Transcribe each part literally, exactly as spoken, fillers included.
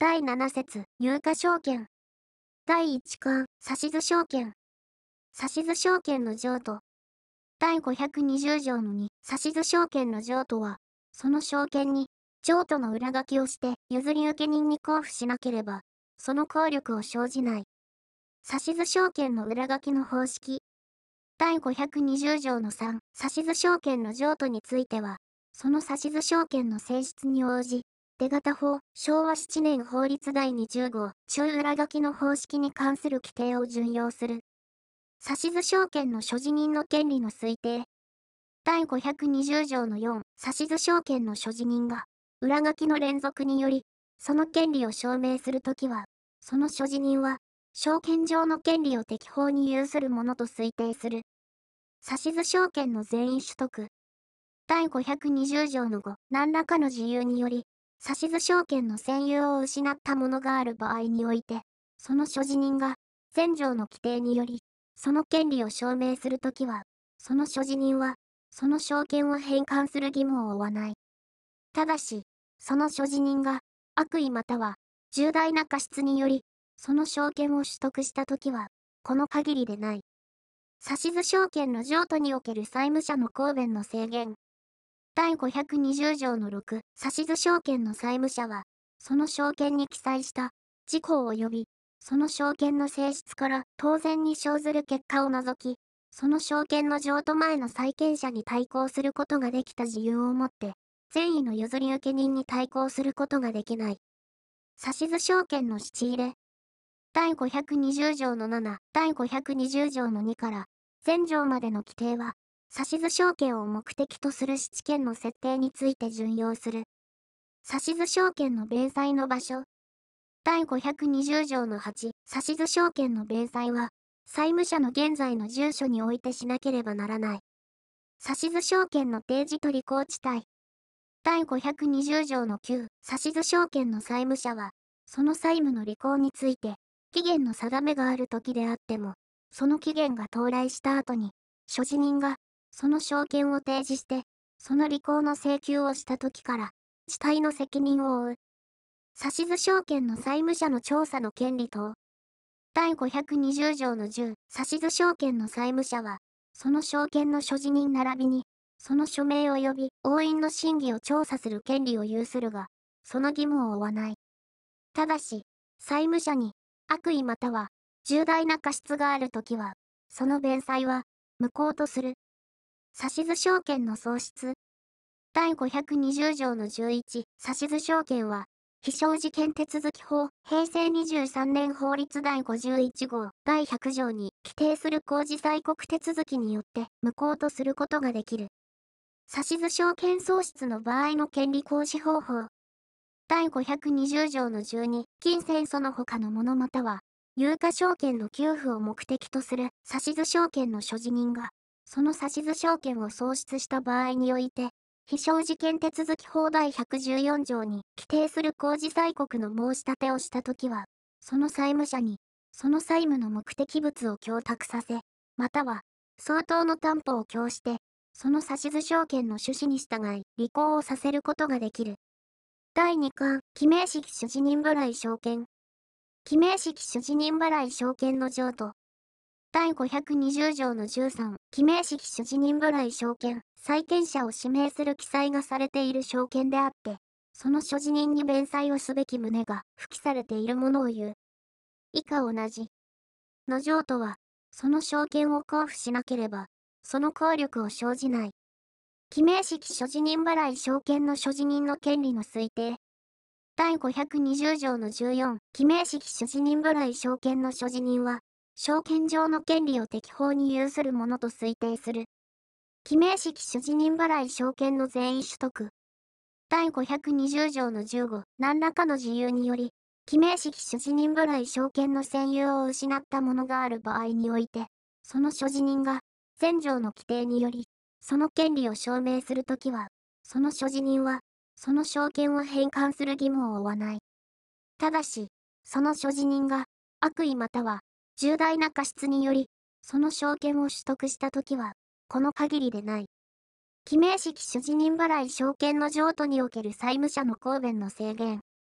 だいなな節、有価証券。だいいち巻、指図証券。指図証券の譲渡。だいごひゃくにじゅう条のに、指図証券の譲渡は、その証券に、譲渡の裏書きをして譲り受け人に交付しなければ、その効力を生じない。指図証券の裏書きの方式。だいごひゃくにじゅう条のさん、指図証券の譲渡については、その指図証券の性質に応じ、手形法、しょうわななねん法律だいにじゅう号、中裏書きの方式に関する規定を準用する。指図証券の所持人の権利の推定。だいごひゃくにじゅう条のよん、指図証券の所持人が、裏書きの連続により、その権利を証明するときは、その所持人は、証券上の権利を適法に有するものと推定する。指図証券の全員取得。だいごひゃくにじゅう条のご、何らかの事由により、指図証券の占有を失ったものがある場合において、その所持人が、前条の規定により、その権利を証明するときは、その所持人は、その証券を返還する義務を負わない。ただし、その所持人が、悪意または、重大な過失により、その証券を取得したときは、この限りでない。指図証券の譲渡における債務者の公弁の制限。だいごひゃくにじゅう条のろく、指図証券の債務者は、その証券に記載した、事項及び、その証券の性質から当然に生ずる結果を除き、その証券の譲渡前の債権者に対抗することができた事由をもって、善意の譲り受け人に対抗することができない。指図証券の質入れ。だいごひゃくにじゅう条のなな、だいごひゃくにじゅう条のにから、前条までの規定は、指図証券を目的とする質権の設定について準用する。指図証券の弁済の場所。だいごひゃくにじゅう条のはち、指図証券の弁済は、債務者の現在の住所においてしなければならない。指図証券の定時取行地帯。だいごひゃくにじゅう条のきゅう、指図証券の債務者は、その債務の履行について、期限の定めがある時であっても、その期限が到来した後に、所持人が、その証券を提示して、その履行の請求をした時から、地帯の責任を負う。指図証券の債務者の調査の権利等。だいごひゃくにじゅう条のじゅう、指図証券の債務者は、その証券の所持人並びに、その署名及び押印の真偽を調査する権利を有するが、その義務を負わない。ただし、債務者に、悪意または、重大な過失があるときは、その弁済は、無効とする。指図証券の喪失。だいごひゃくにじゅう条のじゅういち、指図証券は、非償事件手続法、平成にじゅうさんねん法律だいごじゅういち号、だいひゃく条に規定する公示催告手続きによって無効とすることができる。指図証券喪失の場合の権利行使方法。だいごひゃくにじゅう条のじゅうに、金銭その他のものまたは、有価証券の給付を目的とする指図証券の所持人が、その指図証券を喪失した場合において、非償事件手続法だいひゃくじゅうよん条に規定する公示催告の申し立てをしたときは、その債務者に、その債務の目的物を供託させ、または、相当の担保を供して、その指図証券の趣旨に従い、履行をさせることができる。だいに巻、記名式所持人払い証券。記名式所持人払い証券の譲渡。だいごひゃくにじゅう条のじゅうさん、記名式所持人払い証券、債権者を指名する記載がされている証券であって、その所持人に弁済をすべき旨が付記されているものを言う。以下同じ。の譲渡は、その証券を交付しなければ、その効力を生じない。記名式所持人払い証券の所持人の権利の推定。だいごひゃくにじゅう条のじゅうよん、記名式所持人払い証券の所持人は、証券上の権利を適法に有するものと推定する。記名式所持人払い証券の全員取得。だいごひゃくにじゅう条のじゅうご、何らかの事由により、記名式所持人払い証券の占有を失ったものがある場合において、その所持人が、前条の規定により、その権利を証明するときは、その所持人は、その証券を返還する義務を負わない。ただし、その所持人が、悪意または、重大な過失により、その証券を取得したときは、この限りでない。記名式所持人払い証券の譲渡における債務者の公弁の制限。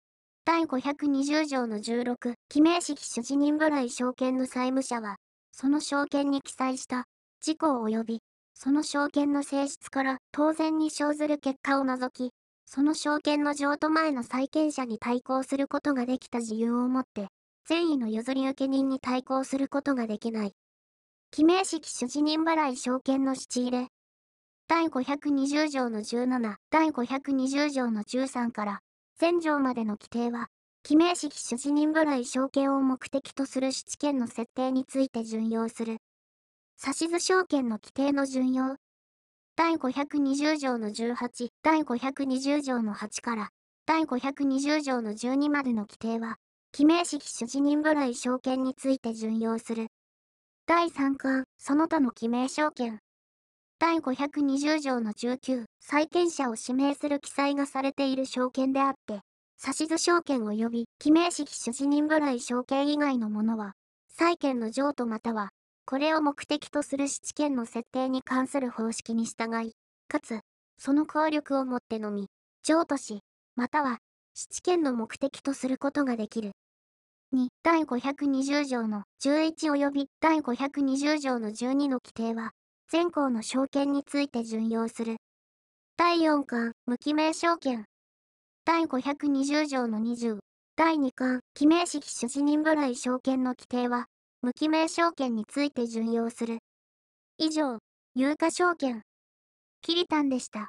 だいごひゃくにじゅう条のじゅうろく、記名式主事人払い証券の債務者は、その証券に記載した事項及び、その証券の性質から当然に生ずる結果を除き、その証券の譲渡前の債権者に対抗することができた事由をもって、善意の譲り受け人に対抗することができない。記名式主事人払い証券の質入れ。だいごひゃくにじゅう条のじゅうなな、だいごひゃくにじゅう条のじゅうさんから、全条までの規定は、記名式主事人払い証券を目的とする質権の設定について準用する。指図証券の規定の準用。だいごひゃくにじゅう条のじゅうはち、だいごひゃくにじゅう条のはちから、だいごひゃくにじゅう条のじゅうにまでの規定は、記名式主事人払い証券について準用する。だいさん巻、その他の記名証券。だいごひゃくにじゅう条のじゅうきゅう、債権者を指名する記載がされている証券であって、指図証券及び記名式主事人払い証券以外のものは、債権の譲渡または、これを目的とする質権の設定に関する方式に従い、かつ、その効力をもってのみ、譲渡し、または、質権の目的とすることができる。に、だいごひゃくにじゅう条のじゅういち及びだいごひゃくにじゅう条のじゅうにの規定は、全項の証券について準用する。だいよん巻、無記名証券。だいごひゃくにじゅう条のにじゅう、だいに巻、記名式主事人払い証券の規定は、無記名証券について準用する。以上、有価証券。キリタンでした。